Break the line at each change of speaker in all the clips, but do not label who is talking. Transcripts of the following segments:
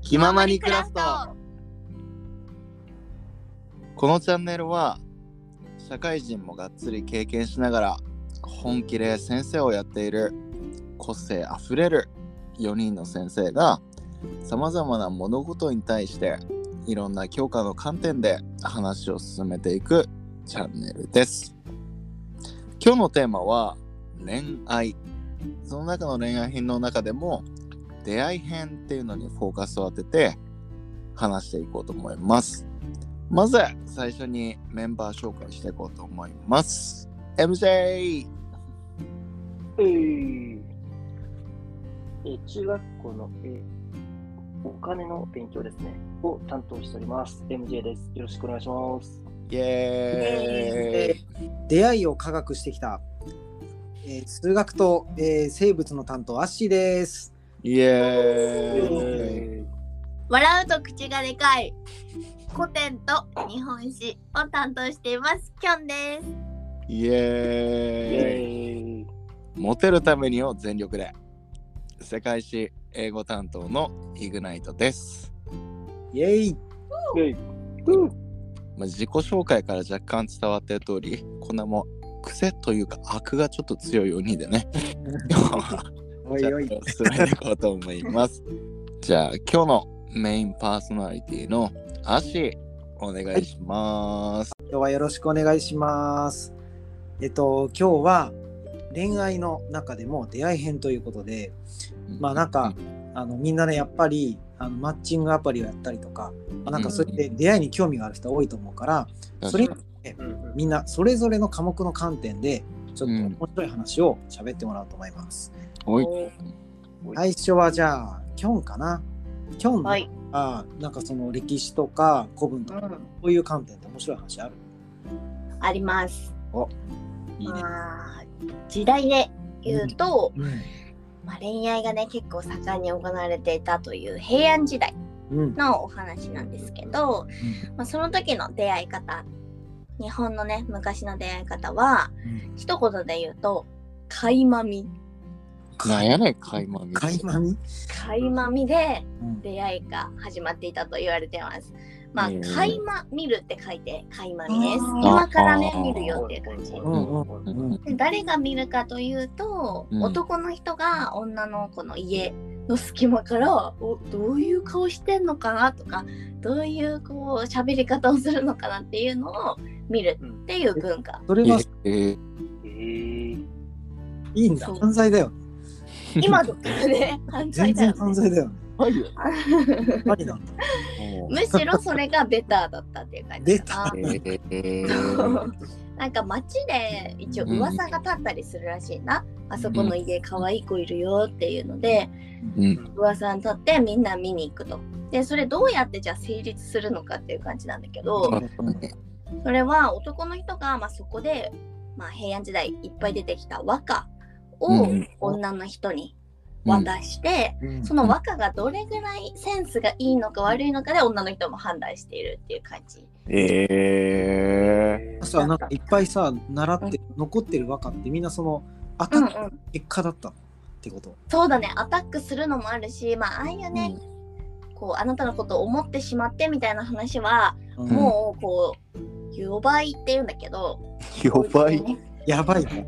気ままにクラフト。このチャンネルは社会人もがっつり経験しながら本気で先生をやっている個性あふれる4人の先生がさまざまな物事に対していろんな教科の観点で話を進めていくチャンネルです。今日のテーマは恋愛。その中の恋愛編の中でも出会い編っていうのにフォーカスを当てて話していこうと思います。まず最初にメンバー紹介していこうと思います。 MJ。
中学校の、お金の勉強ですねを担当しております MJ です。よろしくお願いします。
イエーイ。
出会いを科学してきた、数学と、生物の担当アッシーです。
イエーイ。
笑うと口がでかい古典と日本史を担当していますキョンです。
イエーイ。モテるためにを全力で世界史英語担当のイグナイトです。
イエイ。
自己紹介から若干伝わっている通り、こんなもう癖というか悪がちょっと強い4人でね
おいおい
進めていこうと思います。じゃあ今日のメインパーソナリティのアシーお願いします。
今日はよろしくお願いします。今日は恋愛の中でも出会い編ということで、みんなねやっぱりマッチングアプリをやったりとか、それで出会いに興味がある人多いと思うから、それに、みんなそれぞれの科目の観点でちょっと面白い話を喋ってもらおうと思います。最初はじゃあキョンかな。キョンはその歴史とか古文とか、こういう観点で面白い話ある？
あります。
いいね。
時代で言うと、恋愛がね結構盛んに行われていたという平安時代のお話なんですけど、その時の出会い方、日本のね昔の出会い方は、一言で言うと垣間見。
なんやねん垣間見。
垣
間見で出会いが始まっていたと言われてます。垣間見るって書いて垣間見です。今からね見るよっていう感じ。で誰が見るかというと、男の人が女の子の家の隙間からどういう顔してんのかなとか、どういうこう喋り方をするのかなっていうのを見るっていう文化。
それはいいんだ。犯罪だよ。
今だったらね犯罪だよ、ね。全然
犯罪だよね。
むしろそれがベターだったっていう感じかな。街で一応噂が立ったりするらしいな。あそこの家可愛い子いるよっていうので、噂に立ってみんな見に行くと。でそれどうやってじゃあ成立するのかっていう感じなんだけど、それは男の人がそこで、平安時代いっぱい出てきた和歌を女の人に渡して、その和歌がどれぐらいセンスがいいのか悪いのかで女の人も判断しているっていう感じ。
いっぱい習って残ってる和歌ってみんなそのアタックの結果だったってこと？
そうだね、アタックするのもあるし、ああいうね、こうあなたのことを思ってしまってみたいな話は、もうこう予売って言うんだけど、
予売
やばいね。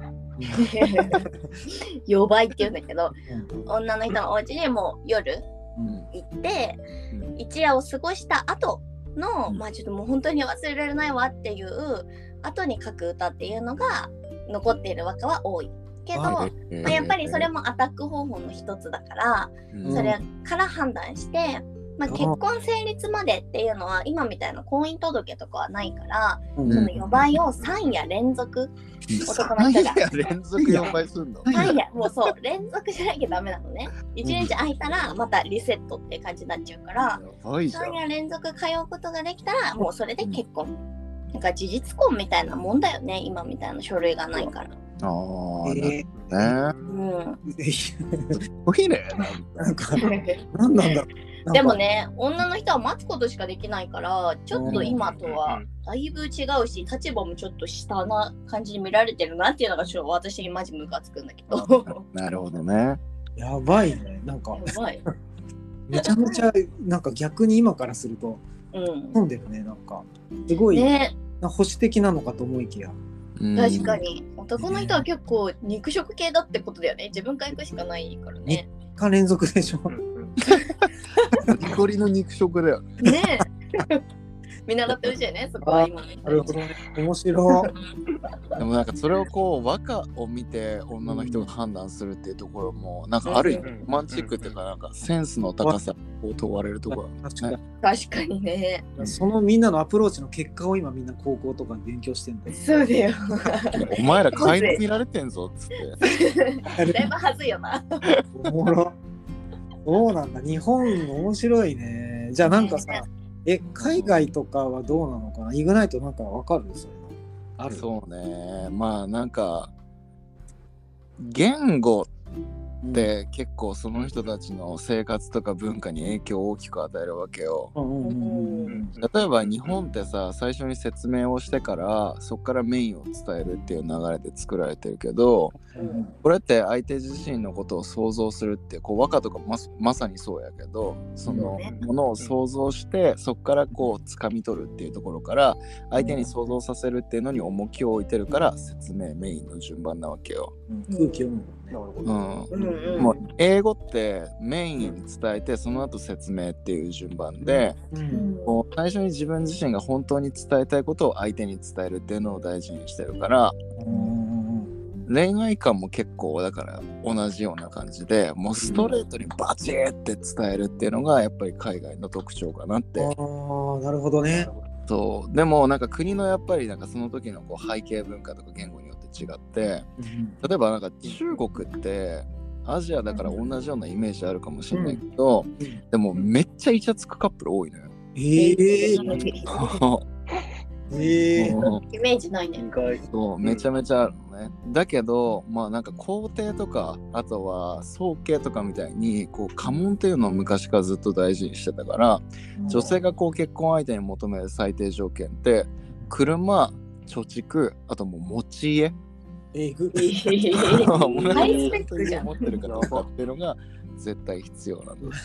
予売って言うんだけど、女の人のお家にもう夜行って、一夜を過ごした後の、ちょっともう本当に忘れられないわっていう後に書く歌っていうのが残っている和歌は多いけど、やっぱりそれもアタック方法の一つだから、それから判断して、結婚成立までっていうのは今みたいな婚姻届とかはないから、その予売を3夜連続男の人が
3夜連続予売するの
？3夜もうそう連続じゃなきゃダメなのね。1日空いたらまたリセットって感じになっちゃうから、3夜連続通うことができたらもうそれで結婚。事実婚みたいなもんだよね、今みたいな書類がないから。
すごいね。
なんなんだろう。
でもね、女の人は待つことしかできないから、ちょっと今とはだいぶ違うし、立場もちょっと下な感じに見られてるなっていうのが私にマジムカつくんだけど。
なるほどね。
やばいね。やばい。 めちゃめちゃなんか逆に今からすると飲んでるね、なんかすごい、
ね、
保守的なのかと思いきや。
確かに男の人は結構肉食系だってことだよね。自分から行くしかないからね。
3日連続でしょ。
ニコリの肉食だよね。
ねえ。見習ってほしいね、そこは今。
なるほどね。面白い。
でもなんかそれをこう和歌を見て女の人が判断するっていうところもなんかある意味ロマンチックっていうかなんかセンスの高さを問われるところだね。
確かにね。
そのみんなのアプローチの結果を今みんな高校とかで勉強してんだよ。
そうだよ。
お前ら買い見られてんぞっつって。
だいぶはずいよな。
おもろ。そうなんだ。日本面白いね。じゃあなんかさ、海外とかはどうなのかな。イグナイトなんかわかる？それある？
そうね。まあなんか言語って結構その人たちの生活とか文化に影響を大きく与えるわけよ。例えば日本ってさ、最初に説明をしてからそこからメインを伝えるっていう流れで作られてるけど、これって相手自身のことを想像するっていう、こう和歌とか まさにそうやけど、そのものを想像してそこからこう掴み取るっていうところから相手に想像させるっていうのに重きを置いてるから説明メインの順番なわけよ。
空気読む
もんね。もう英語ってメインに伝えてその後説明っていう順番で、もう最初に自分自身が本当に伝えたいことを相手に伝えるっていうのを大事にしてるから、恋愛観も結構だから同じような感じで、もうストレートにバチッって伝えるっていうのがやっぱり海外の特徴かなって。
なるほどね。
そうでもなんか国のやっぱりなんかその時のこう背景文化とか言語によって違って、例えばなんか中国ってアジアだから同じようなイメージあるかもしれないけど、でもめっちゃイチャつくカップル多いのよ。
イメージないね。
そうめちゃめちゃあるのね。だけどまあなんか皇帝とかあとは宗家とかみたいにこう家紋っていうのを昔からずっと大事にしてたから、女性がこう結婚相手に求める最低条件って車、貯蓄、あともう持ち家。
ハイスペックじゃん。
持ってるかどうかっていうのが絶対必要なんだって。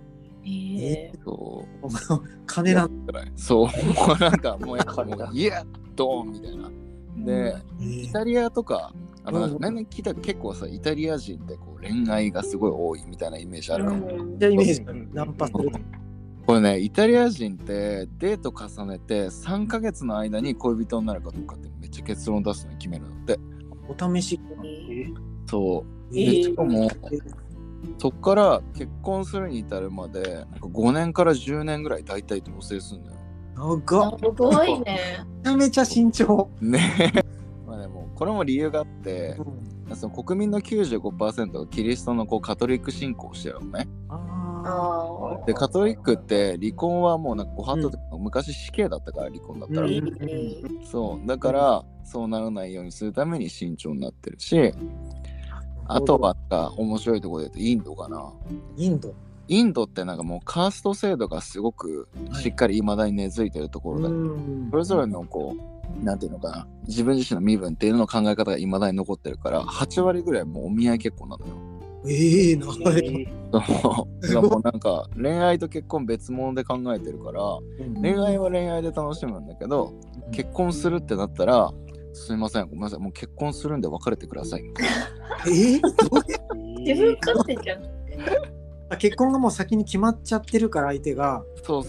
そう金なんだ。
そうなんかもうやっぱもうイエッドーンみたいな。で、イタリアとかなんか聞いたら結構さ、イタリア人ってこう恋愛がすごい多いみたいなイメージあるかも。
じゃあイメージナンパする。
これね、イタリア人ってデート重ねて3ヶ月の間に恋人になるかどうかってめっちゃ結論出すのに決めるのって。
お試し。
そう。でしかもそっから結婚するに至るまでなんか5年から10年ぐらい大体同棲するんだよ。
すごいね。
めちゃめちゃ慎重。
ね。まあでもこれも理由があって、その国民の 95% がキリストのこうカトリック信仰をしてるのね。でカトリックって離婚はもうなんかご法度とか昔死刑だったから離婚だったら、そうだからそうならないようにするために慎重になってるし、あとは面白いところで言うとインドかな。インドってなんかもうカースト制度がすごくしっかり未だに根付いてるところだ、それぞれのこうなんていうのかな、自分自身の身分っていうの考え方が未だに残ってるから8割ぐらいもうお見合い結婚なのよ。
長い。
もうなんか恋愛と結婚別物で考えてるから、恋愛は恋愛で楽しむんだけど、結婚するってなったらすいませんごめんなさいもう結婚するんで別れてください。
自分勝手じゃん。
結婚がもう先に決まっちゃってるから相手が。
そう、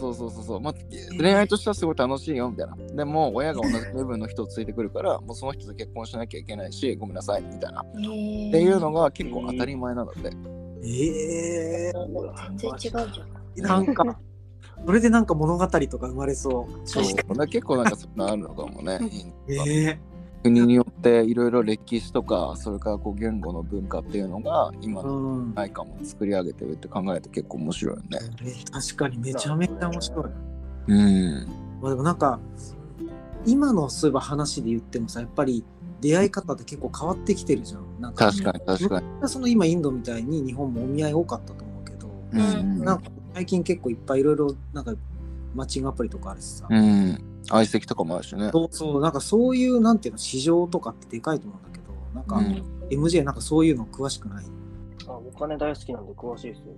まあ、恋愛としてはすごい楽しいよみたいな。でも親が同じ部分の人をついてくるからもうその人と結婚しなきゃいけないしごめんなさいみたいな、っていうのが結構当たり前なんだって。
全然違うじゃん。
なんかそれでなんか物語とか生まれそう。
結構なんかそんなあるのかもね。国によっていろいろ歴史とかそれからこう言語の文化っていうのが今の内観も作り上げてるって考えると結構面白いよね。
確かにめちゃめちゃ面白い。まあでもなんか今のそういえば話で言ってもさ、やっぱり出会い方って結構変わってきてるじゃん。なんか
確かに
その今インドみたいに日本もお見合い多かったと思うけど、なんか最近結構いっぱいいろいろなんかマッチングアプリとかあるしさ、
相席とかもあるしね。
そうなんかそういうなんていうの市場とかってでかいと思うんだけど、なんか、MJ なんかそういうの詳しくない？
金大好きなんで詳しいですよ。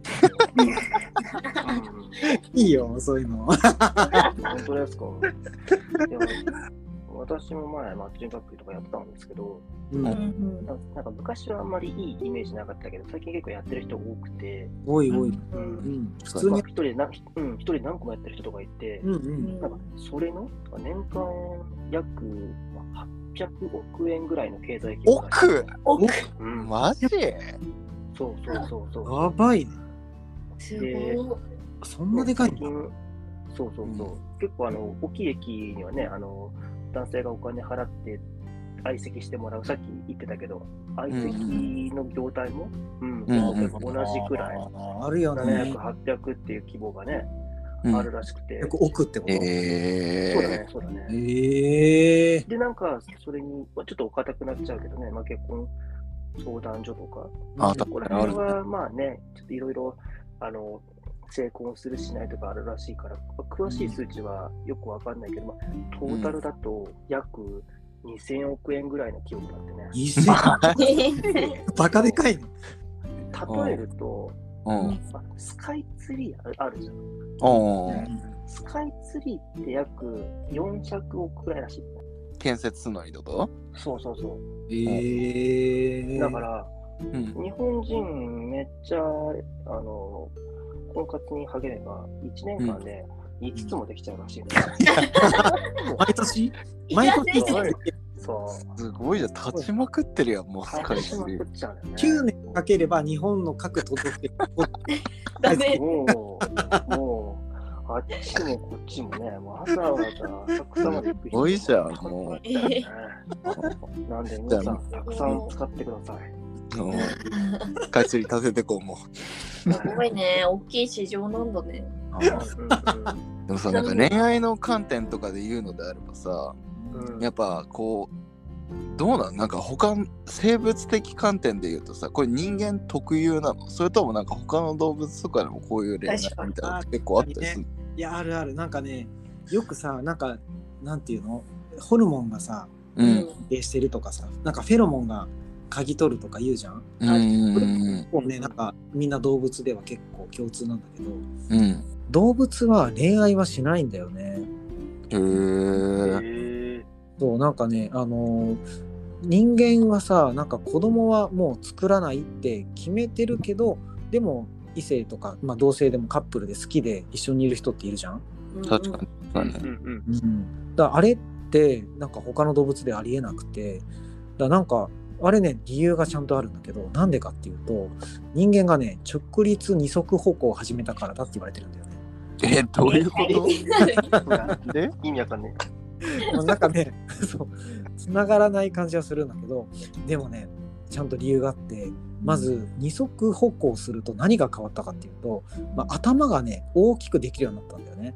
いいよ、そういうの。
本当ですか。いや私も前、マッチングアプリとかやってたんですけど、なんか昔はあんまりいいイメージなかったけど、最近結構やってる人多くて、
多い。普通に。
一人で何個もやってる人とかいて、なんかそれの年間約800億円ぐらいの経済規模。
億マジ？
そう。
やばいね。
すごい。
そんなでかいんだ。
そう。結構大きい駅にはね、男性がお金払って相席してもらう、さっき言ってたけど、相席の業態も、同じくらい、
あるよね。
700、800っていう規模がね、あるらしくて。
億ってこと？
そうだね。
で、
なんか、それに、ちょっとお堅くなっちゃうけどね、結婚相談所とか、これはまあね、ちょっといろいろ、成婚するしないとかあるらしいから、詳しい数値はよくわかんないけど、トータルだと約2000億円ぐらいの規模だってね。
2000バカでかいね。
例えると、スカイツリーあるじゃん。スカイツリーって約400億ぐらいらしい。
建設するのにってこと？
そう。
だ
から、日本人めっちゃ、婚活に励めば1年間で5つもできちゃうらしいね。
毎年
そう。
すごいじゃん、立ちまくってるやん、もうスカイツリー。
9年かければ日本の各都道府県
ダメ。
もう、あっちもこっちもね、わざわざ浅草まで行く人。
すごいじゃん、も
う。なんで皆さん、たくさん使ってください。
スカイツリー立ててこうもう。
すごいね、大きい市場なんだね。
でもさ、なんか恋愛の観点とかで言うのであればさ、やっぱこうどうなんか生物的観点で言うとさ、これ人間特有なの？それともなんか他の動物とかでもこういう恋愛みたいなの結構あったりする？
いや、ある。なんかね、よくさ、なんかなんていうの、ホルモンがさ、してるとかさ、なんかフェロモンが嗅ぎ取るとか言うじゃん。なんかみんな動物では結構共通なんだけど、動物は恋愛はしないんだよね。そう、なんかね、人間はさ、なんか子供はもう作らないって決めてるけど、でも異性とか、同性でもカップルで好きで一緒にいる人っているじゃん。
確かに。
だからあれってなんか他の動物でありえなくて、なんかあれね、理由がちゃんとあるんだけど、なんでかっていうと、人間がね、直立二足歩行を始めたからだって言われてるんだよね。
どういうこと？
意味わかんね
え。なんかね、そう、繋がらない感じはするんだけど、でもね、ちゃんと理由があって、まず二足歩行すると何が変わったかっていうと、頭がね、大きくできるようになったんだよね。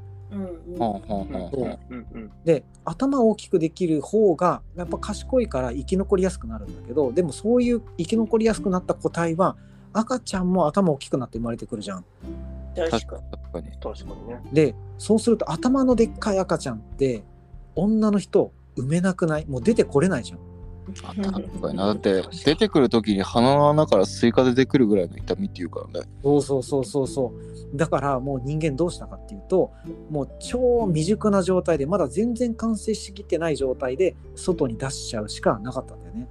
で、頭大きくできる方がやっぱ賢いから生き残りやすくなるんだけど、でもそういう生き残りやすくなった個体は赤ちゃんも頭大きくなって生まれてくるじゃん。
確かにね。
で、そうすると頭のでっかい赤ちゃんって女の人産めなくない？もう出てこれないじゃん。
だって出てくる時に鼻の穴からスイカ出てくるぐらいの痛みっていうからね。
そうだからもう人間どうしたかっていうと、もう超未熟な状態でまだ全然完成しきってない状態で外に出しちゃうしかなかったんだよね。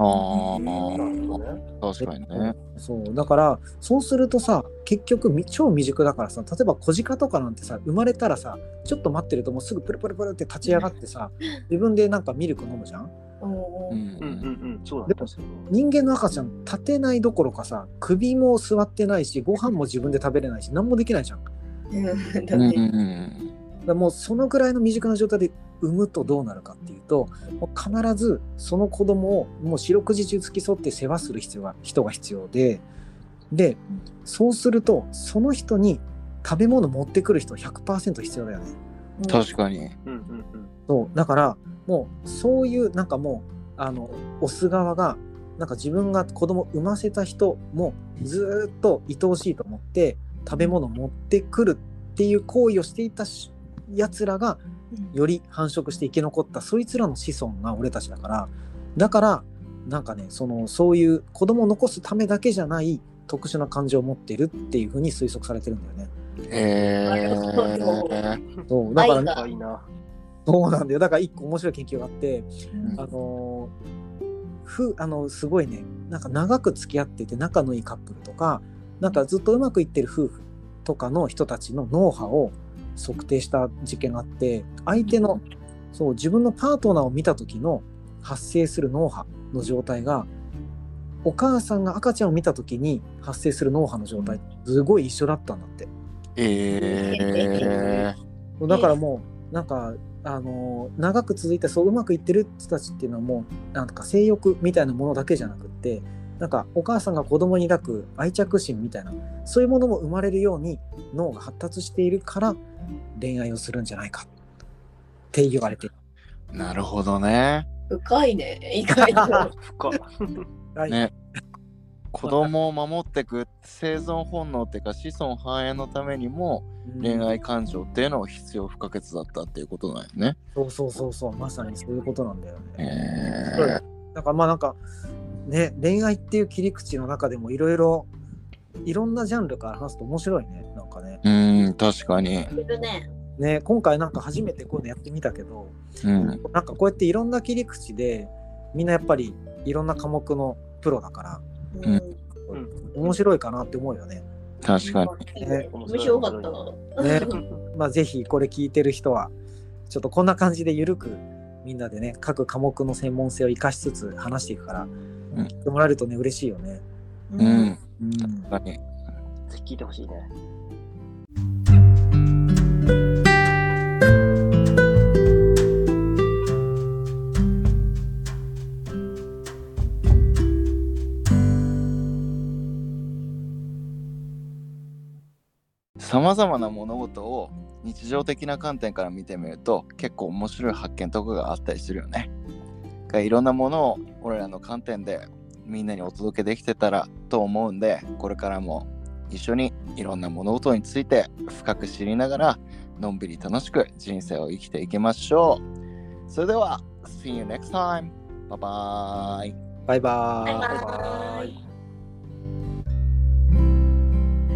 確かにね。
そうだからそうするとさ、結局超未熟だからさ、例えば小鹿とかなんてさ、生まれたらさ、ちょっと待ってるともうすぐプルプルプルって立ち上がってさ、自分でなんかミルク飲むじゃん。
そう
でも人間の赤ちゃん立てないどころかさ、首も座ってないし、ご飯も自分で食べれないし、何もできないじゃん。だもうそのぐらいの未熟な状態で産むとどうなるかっていうと、もう必ずその子供をもう四六時中付き添って世話する人が必要で、そうするとその人に食べ物持ってくる人 100% 必要だよね。
確かに。
そうだからもうそういうなんかもうオス側がなんか自分が子供を産ませた人もずっと愛おしいと思って食べ物を持ってくるっていう行為をしていたやつらがより繁殖して生き残った、そいつらの子孫が俺たちだから、だからなんかね、そういう子供を残すためだけじゃない特殊な感情を持っているっていうふうに推測されてるんだよね。そうだから、そうなんだよ。だから一個面白い研究があって、すごいね、なんか長く付き合ってて仲のいいカップルとか、なんかずっとうまくいってる夫婦とかの人たちの脳波を測定した実験があって、相手の自分のパートナーを見た時の発生する脳波の状態が、お母さんが赤ちゃんを見た時に発生する脳波の状態すごい一緒だったんだって。だからもうなんか長く続いてうまくいってる人たちっていうのはもうなんか性欲みたいなものだけじゃなくって、なんかお母さんが子供に抱く愛着心みたいな、そういうものも生まれるように脳が発達しているから恋愛をするんじゃないかって言われてる。
なるほどね。
深いね。意外と
深い
ね。子供を守っていく生存本能っていうか子孫繁栄のためにも恋愛感情っていうのは必要不可欠だったっていうことなんよね。
そうまさにそういうことなんだよね。だからなんかね、恋愛っていう切り口の中でもいろんなジャンルから話すと面白いね。なんかね。
確かに。
ね、今回なんか初めてこういうのやってみたけど、なんかこうやっていろんな切り口でみんなやっぱりいろんな科目のプロだから、面白いかなって思うよね。
確か
に。面白かった
な。ぜひこれ聞いてる人はちょっとこんな感じでゆるくみんなでね、各科目の専門性を生かしつつ話していくから、聞いてもらえるとね嬉しいよね。
確かに。ぜひ聞いてほしいね。
さまざまな物事を日常的な観点から見てみると結構面白い発見とかがあったりするよね。いろんなものを俺らの観点でみんなにお届けできてたらと思うんで、これからも一緒にいろんな物事について深く知りながらのんびり楽しく人生を生きていきましょう。それでは See you next time. Bye bye.
バイバーイ。